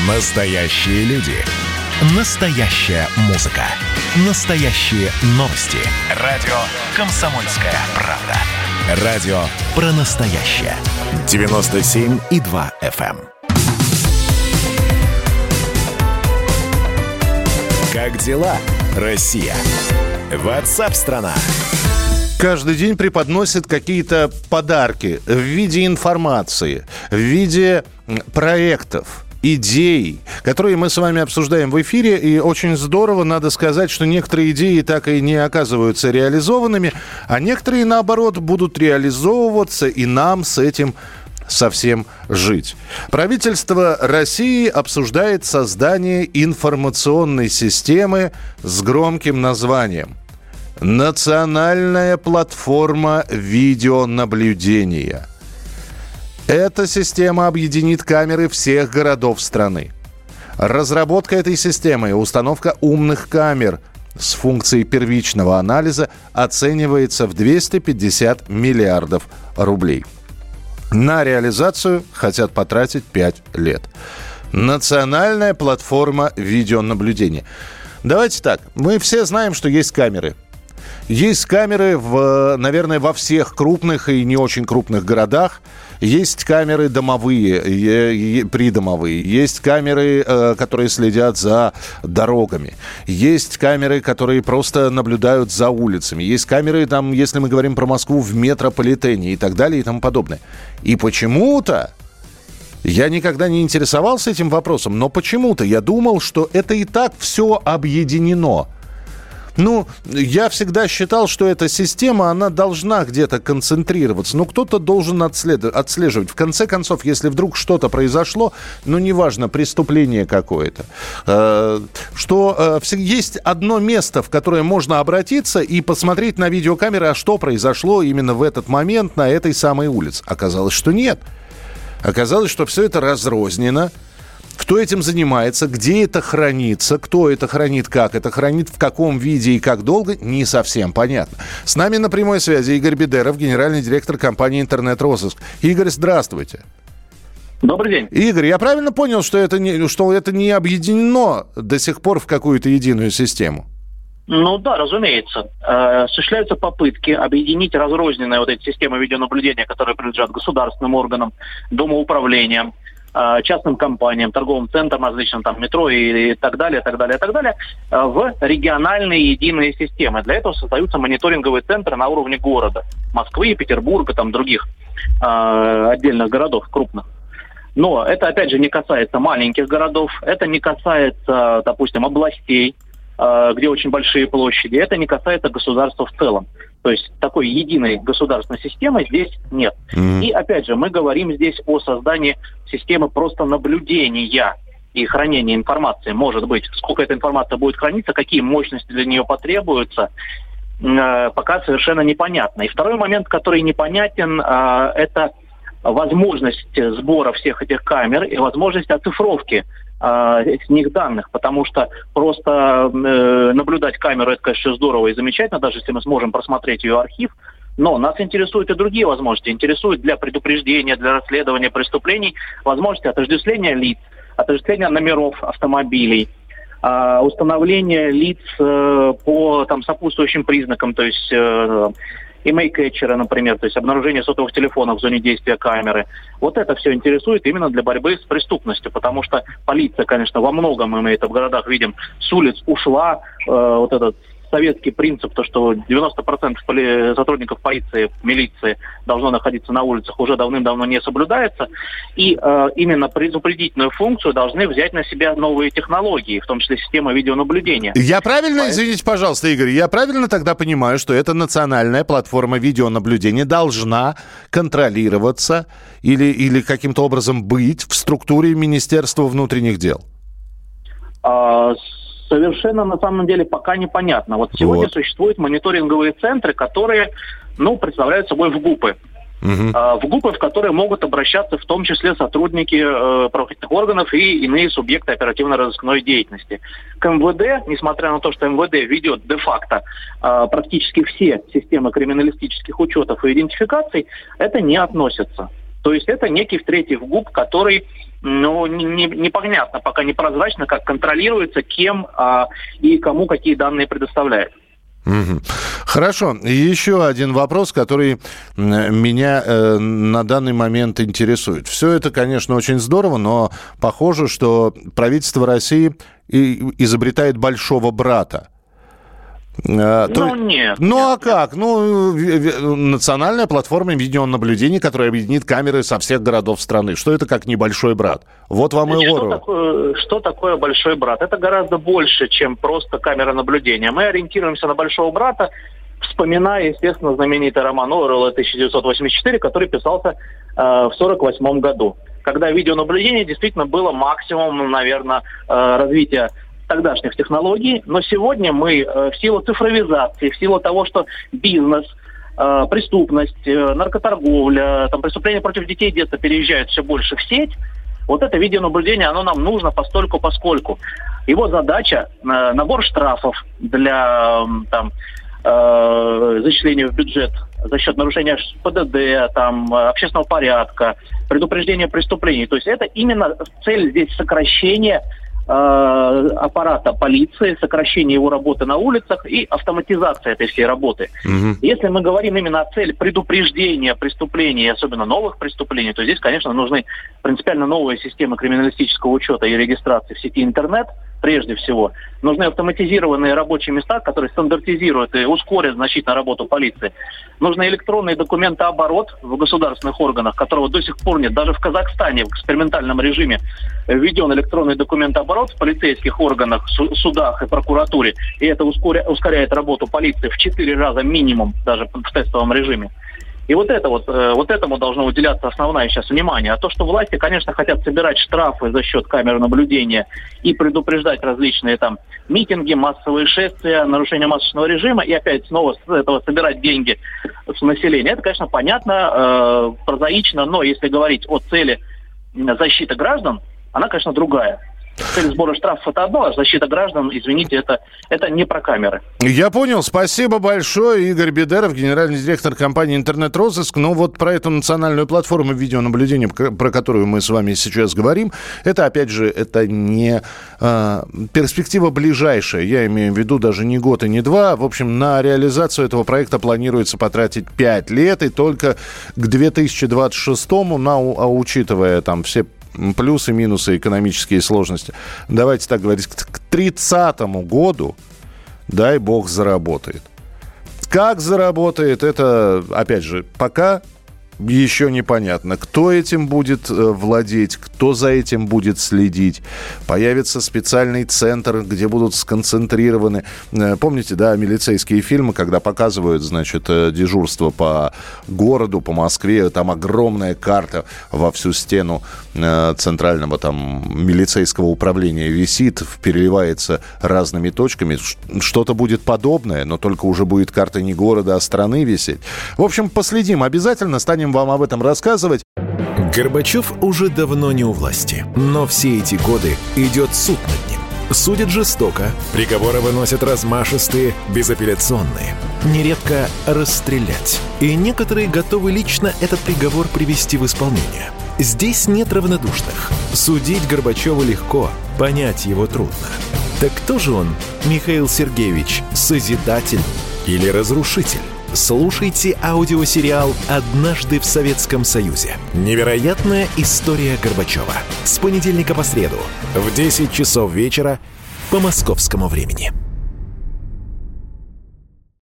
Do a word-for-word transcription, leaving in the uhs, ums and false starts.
Настоящие люди. Настоящая музыка. Настоящие новости. Радио «Комсомольская правда». Радио про настоящее. девяносто семь и два эф эм. Как дела, Россия? Ватсап-страна! Каждый день преподносит какие-то подарки в виде информации, в виде проектов, идей, которые мы с вами обсуждаем в эфире. И очень здорово, надо сказать, что некоторые идеи так и не оказываются реализованными, а некоторые, наоборот, будут реализовываться, и нам с этим совсем жить. Правительство России обсуждает создание информационной системы с громким названием «Национальная платформа видеонаблюдения». Эта система объединит камеры всех городов страны. Разработка этой системы и установка умных камер с функцией первичного анализа оценивается в двести пятьдесят миллиардов рублей. На реализацию хотят потратить пять лет. Национальная платформа видеонаблюдения. Давайте так. Мы все знаем, что есть камеры. Есть камеры, в, наверное, во всех крупных и не очень крупных городах. Есть камеры домовые, придомовые. Есть камеры, которые следят за дорогами. Есть камеры, которые просто наблюдают за улицами. Есть камеры, там, если мы говорим про Москву, в метрополитене и так далее и тому подобное. И почему-то я никогда не интересовался этим вопросом, но почему-то я думал, что это и так все объединено. Ну, я всегда считал, что эта система, она должна где-то концентрироваться. Ну, кто-то должен отслед... отслеживать. В конце концов, если вдруг что-то произошло, ну, неважно, преступление какое-то, э, что э, есть одно место, в которое можно обратиться и посмотреть на видеокамеры, а что произошло именно в этот момент на этой самой улице. Оказалось, что нет. Оказалось, что все это разрознено. Кто этим занимается, где это хранится, кто это хранит, как это хранит, в каком виде и как долго, не совсем понятно. С нами на прямой связи Игорь Бедеров, генеральный директор компании «Интернет-розыск». Игорь, здравствуйте. Добрый день. Игорь, я правильно понял, что это не, что это не объединено до сих пор в какую-то единую систему? Ну да, разумеется. Осуществляются попытки объединить разрозненные вот эти системы видеонаблюдения, которые принадлежат государственным органам, домоуправлениям, частным компаниям, торговым центрам различным, там, метро и, и так далее, так далее, так далее, в региональные единые системы. Для этого создаются мониторинговые центры на уровне города. Москвы, Петербурга, там, других э, отдельных городов крупных. Но это, опять же, не касается маленьких городов, это не касается, допустим, областей, э, где очень большие площади, это не касается государства в целом. То есть такой единой государственной системы здесь нет. Mm-hmm. И опять же, мы говорим здесь о создании системы просто наблюдения и хранения информации. Может быть, сколько эта информация будет храниться, какие мощности для нее потребуются, э, пока совершенно непонятно. И второй момент, который непонятен, э, это возможность сбора всех этих камер и возможность оцифровки с них данных, потому что просто э, наблюдать камеру, это, конечно, здорово и замечательно, даже если мы сможем просмотреть ее архив, но нас интересуют и другие возможности. Интересуют для предупреждения, для расследования преступлений возможности отождествления лиц, отождествления номеров автомобилей, э, установления лиц э, по там, сопутствующим признакам, то есть э, имей-кетчера, например, то есть обнаружение сотовых телефонов в зоне действия камеры. Вот это все интересует именно для борьбы с преступностью, потому что полиция, конечно, во многом, мы это в городах видим, с улиц ушла, э, вот этот советский принцип, то, что девяносто процентов поли- сотрудников полиции, милиции должно находиться на улицах, уже давным-давно не соблюдается. И э, именно предупредительную функцию должны взять на себя новые технологии, в том числе система видеонаблюдения. Я правильно, извините, пожалуйста, Игорь, я правильно тогда понимаю, что эта национальная платформа видеонаблюдения должна контролироваться или, или каким-то образом быть в структуре Министерства внутренних дел? А, Совершенно, на самом деле, пока непонятно. Вот сегодня вот. Существуют мониторинговые центры, которые, ну, представляют собой ВГУПы. Угу. А, ВГУПы, в которые могут обращаться в том числе сотрудники э, правоохранительных органов и иные субъекты оперативно-розыскной деятельности. К МВД, несмотря на то, что МВД ведет де-факто э, практически все системы криминалистических учетов и идентификаций, это не относится. То есть это некий третий ВГУП, который ну, не, не, непонятно, пока непрозрачно, как контролируется, кем а, и кому какие данные предоставляет. Угу. Хорошо. И еще один вопрос, который меня э, на данный момент интересует. Все это, конечно, очень здорово, но похоже, что правительство России изобретает большого брата. А, ну, то... нет. Ну, нет, а нет. как? Ну, национальная платформа видеонаблюдения, которая объединит камеры со всех городов страны. Что это как небольшой брат? Вот вам и Что Орел. такое, что такое большой брат? Это гораздо больше, чем просто камера наблюдения. Мы ориентируемся на большого брата, вспоминая, естественно, знаменитый роман Орелла тысяча девятьсот восемьдесят четыре, который писался э, в сорок восьмом году, когда видеонаблюдение действительно было максимумом, наверное, э, развития тогдашних технологий, но сегодня мы э, в силу цифровизации, в силу того, что бизнес, э, преступность, э, наркоторговля, там, преступления против детей и детства переезжают все больше в сеть, вот это видеонаблюдение, оно нам нужно постольку поскольку. Его задача э, набор штрафов для э, там, э, зачисления в бюджет за счет нарушения ПДД, там, общественного порядка, предупреждения преступлений. То есть это именно цель здесь сокращения аппарата полиции, сокращение его работы на улицах и автоматизация этой всей работы. Угу. Если мы говорим именно о цели предупреждения преступлений, особенно новых преступлений, то здесь, конечно, нужны принципиально новые системы криминалистического учета и регистрации в сети интернет, прежде всего. Нужны автоматизированные рабочие места, которые стандартизируют и ускорят значительно работу полиции. Нужен электронный документооборот в государственных органах, которого до сих пор нет. Даже в Казахстане в экспериментальном режиме введен электронный документооборот в полицейских органах, судах и прокуратуре. И это ускоря, ускоряет работу полиции в четыре раза минимум, даже в тестовом режиме. И вот это вот, вот этому должно уделяться основное сейчас внимание. А то, что власти, конечно, хотят собирать штрафы за счет камер наблюдения и предупреждать различные там митинги, массовые шествия, нарушение масочного режима, и опять снова с этого собирать деньги с населения. Это, конечно, понятно, э, прозаично, но если говорить о цели защиты граждан, она, конечно, другая. Цель сбора штрафов – это одно, а защита граждан, извините, это, это не про камеры. Я понял. Спасибо большое. Игорь Бедеров, генеральный директор компании «Интернет-розыск». Ну вот про эту национальную платформу видеонаблюдения, про которую мы с вами сейчас говорим, это, опять же, это не э, перспектива ближайшая. Я имею в виду даже не год и не два. В общем, на реализацию этого проекта планируется потратить пять лет, и только к две тысячи двадцать шестому, на, а учитывая там все плюсы, минусы, экономические сложности, давайте так говорить, к тридцатому году, дай бог, заработает. Как заработает, это, опять же, пока еще непонятно. Кто этим будет владеть, кто за этим будет следить. Появится специальный центр, где будут сконцентрированы... Помните, да, милицейские фильмы, когда показывают, значит, дежурство по городу, по Москве, там огромная карта во всю стену центрального там милицейского управления висит, переливается разными точками. Что-то будет подобное, но только уже будет карта не города, а страны висеть. В общем, последим обязательно, станем вам об этом рассказывать. Горбачев уже давно не у власти, но все эти годы идет суд над ним. Судят жестоко, приговоры выносят размашистые, безапелляционные. Нередко расстрелять. И некоторые готовы лично этот приговор привести в исполнение. Здесь нет равнодушных. Судить Горбачева легко, понять его трудно. Так кто же он, Михаил Сергеевич, созидатель или разрушитель? Слушайте аудиосериал «Однажды в Советском Союзе». Невероятная история Горбачева. С понедельника по среду в десять часов вечера по московскому времени.